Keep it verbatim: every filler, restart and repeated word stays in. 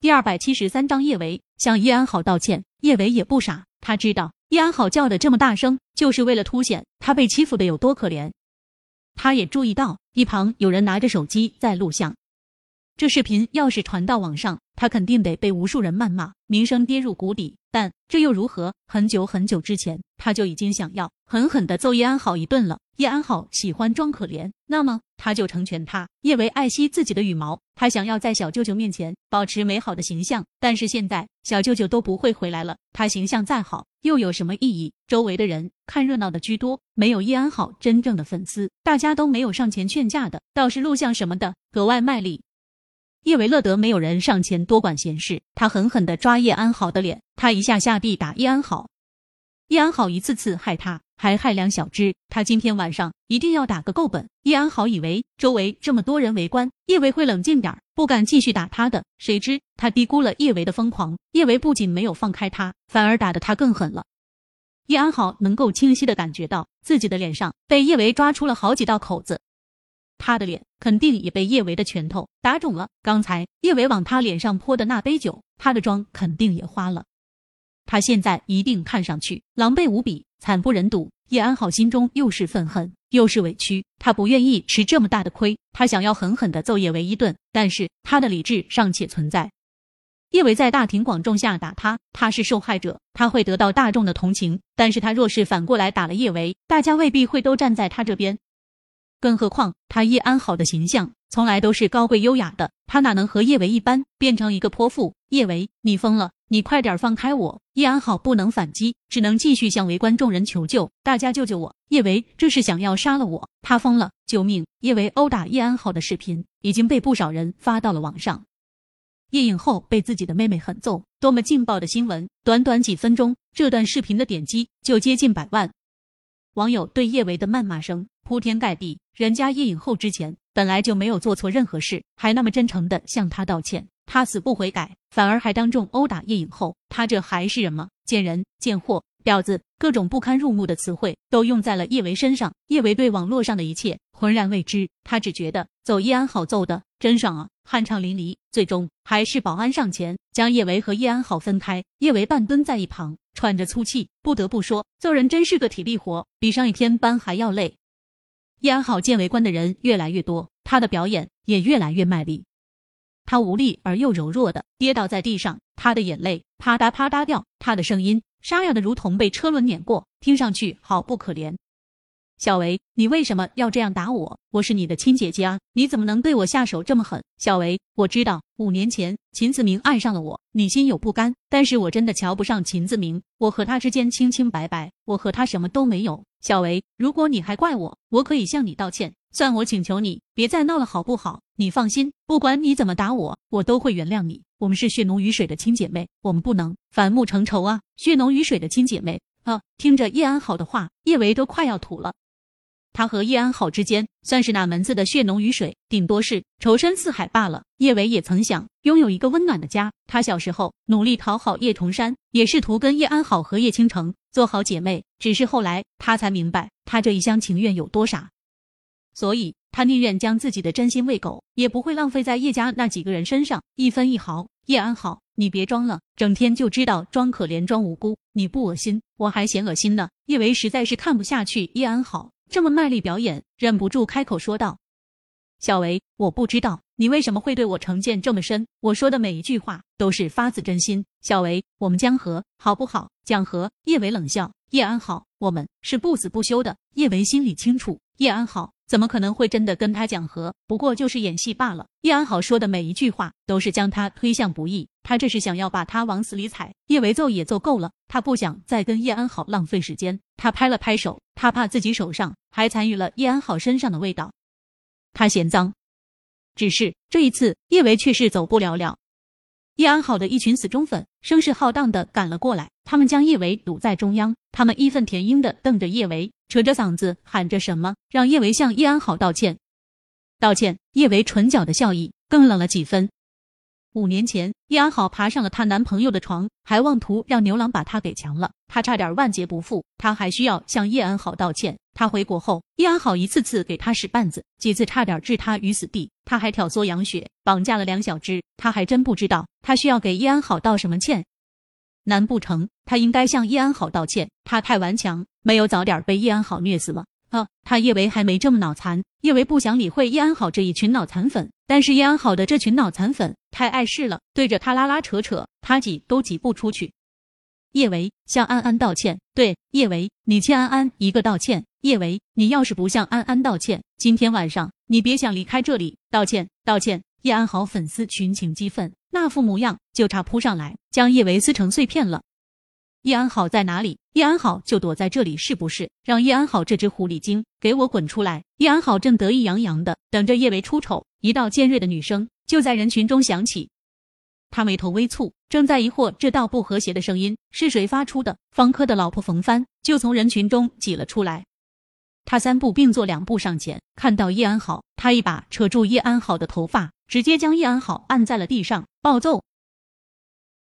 第二百七十三章叶维向叶安好道歉。叶维也不傻，他知道叶安好叫的这么大声，就是为了凸显他被欺负的有多可怜。他也注意到一旁有人拿着手机在录像，这视频要是传到网上，他肯定得被无数人谩骂，名声跌入谷底。但这又如何？很久很久之前，他就已经想要狠狠地揍叶安好一顿了。叶安好喜欢装可怜，那么他就成全他。叶维爱惜自己的羽毛，他想要在小舅舅面前保持美好的形象，但是现在小舅舅都不会回来了，他形象再好又有什么意义？周围的人看热闹的居多，没有叶安好真正的粉丝，大家都没有上前劝架的，倒是录像什么的格外卖力。叶维乐得没有人上前多管闲事，他狠狠地抓叶安好的脸，他一下下地打叶安好。叶安好一次次害他，还害梁小芝，他今天晚上一定要打个够本。叶安好以为周围这么多人围观，叶维会冷静点，不敢继续打他的，谁知他低估了叶维的疯狂。叶维不仅没有放开他，反而打得他更狠了。叶安好能够清晰地感觉到自己的脸上被叶维抓出了好几道口子，他的脸肯定也被叶维的拳头打肿了。刚才叶维往他脸上泼的那杯酒，他的妆肯定也花了。他现在一定看上去狼狈无比，惨不忍睹。叶安好心中又是愤恨又是委屈，他不愿意吃这么大的亏，他想要狠狠地揍叶维一顿，但是他的理智尚且存在。叶维在大庭广众下打他，他是受害者，他会得到大众的同情，但是他若是反过来打了叶维，大家未必会都站在他这边。更何况他叶安好的形象从来都是高贵优雅的，他哪能和叶维一般变成一个泼妇？叶维，你疯了，你快点放开我！叶安好不能反击，只能继续向围观众人求救，大家救救我！叶维这是想要杀了我，他疯了，救命！叶维殴打叶安好的视频已经被不少人发到了网上。叶影后被自己的妹妹狠揍，多么劲爆的新闻！短短几分钟，这段视频的点击就接近百万。网友对叶维的谩骂声铺天盖地，人家叶影后之前本来就没有做错任何事，还那么真诚地向他道歉，他死不悔改，反而还当众殴打叶影后，他这还是人吗？贱人、贱货、婊子，各种不堪入目的词汇都用在了叶维身上。叶维对网络上的一切浑然未知，他只觉得揍叶安好揍的真爽啊，酣畅淋漓。最终还是保安上前将叶维和叶安好分开，叶维半蹲在一旁喘着粗气。不得不说，揍人真是个体力活，比上一天班还要累。叶安好见围观的人越来越多，他的表演也越来越卖力。他无力而又柔弱地跌倒在地上，他的眼泪啪嗒啪嗒掉，他的声音沙哑的如同被车轮碾过，听上去好不可怜。小维，你为什么要这样打我？我是你的亲姐姐啊，你怎么能对我下手这么狠？小维，我知道五年前秦子明爱上了我，你心有不甘，但是我真的瞧不上秦子明，我和他之间清清白白，我和他什么都没有。小维，如果你还怪我，我可以向你道歉，算我请求你别再闹了好不好？你放心，不管你怎么打我，我都会原谅你。我们是血浓于水的亲姐妹，我们不能反目成仇啊！血浓于水的亲姐妹啊！听着叶安好的话，叶维都快要吐了。他和叶安好之间算是哪门子的血浓于水，顶多是仇深似海罢了。叶维也曾想拥有一个温暖的家，他小时候努力讨好叶崇山，也试图跟叶安好和叶倾城做好姐妹，只是后来他才明白他这一厢情愿有多傻，所以他宁愿将自己的真心喂狗，也不会浪费在叶家那几个人身上一分一毫。叶安好，你别装了，整天就知道装可怜装无辜，你不恶心我还嫌恶心呢。叶维实在是看不下去叶安好这么卖力表演，忍不住开口说道：小维，我不知道你为什么会对我成见这么深，我说的每一句话都是发自真心。小维，我们讲和好不好？讲和。叶维冷笑，叶安好，我们是不死不休的。叶维心里清楚，叶安好怎么可能会真的跟他讲和，不过就是演戏罢了。叶安好说的每一句话都是将他推向不义，他这是想要把他往死里踩。叶维揍也揍够了，他不想再跟叶安好浪费时间。他拍了拍手，他怕自己手上还残余了叶安好身上的味道，他嫌脏。只是这一次叶维却是走不了了。叶安好的一群死忠粉声势浩荡地赶了过来，他们将叶维堵在中央，他们义愤填膺地瞪着叶维，扯着嗓子喊着什么让叶维向叶安好道歉。道歉。叶维唇角的笑意更冷了几分。 五年前，叶安好爬上了她男朋友的床，还妄图让牛郎把她给强了，她差点万劫不复，她还需要向叶安好道歉。她回国后，叶安好一次次给她使绊子，几次差点置她于死地，她还挑唆杨雪绑架了梁小芝，她还真不知道她需要给叶安好道什么歉。难不成她应该向叶安好道歉？她太顽强，没有早点被叶安好虐死了。啊，他叶维还没这么脑残，叶维不想理会叶安好这一群脑残粉，但是叶安好的这群脑残粉太碍事了，对着他拉拉扯扯，他挤都挤不出去。叶维向安安道歉，对，叶维，你欠安安一个道歉。叶维，你要是不向安安道歉，今天晚上你别想离开这里。道歉，道歉。叶安好粉丝群情激愤，那副模样就差扑上来，将叶维撕成碎片了。叶安好在哪里？叶安好就躲在这里是不是？让叶安好这只狐狸精给我滚出来！叶安好正得意洋洋的等着叶维出丑，一道尖锐的女声就在人群中响起。他眉头微蹙，正在疑惑这道不和谐的声音是谁发出的。方科的老婆冯帆就从人群中挤了出来。他三步并作两步上前，看到叶安好，他一把扯住叶安好的头发，直接将叶安好按在了地上，暴揍：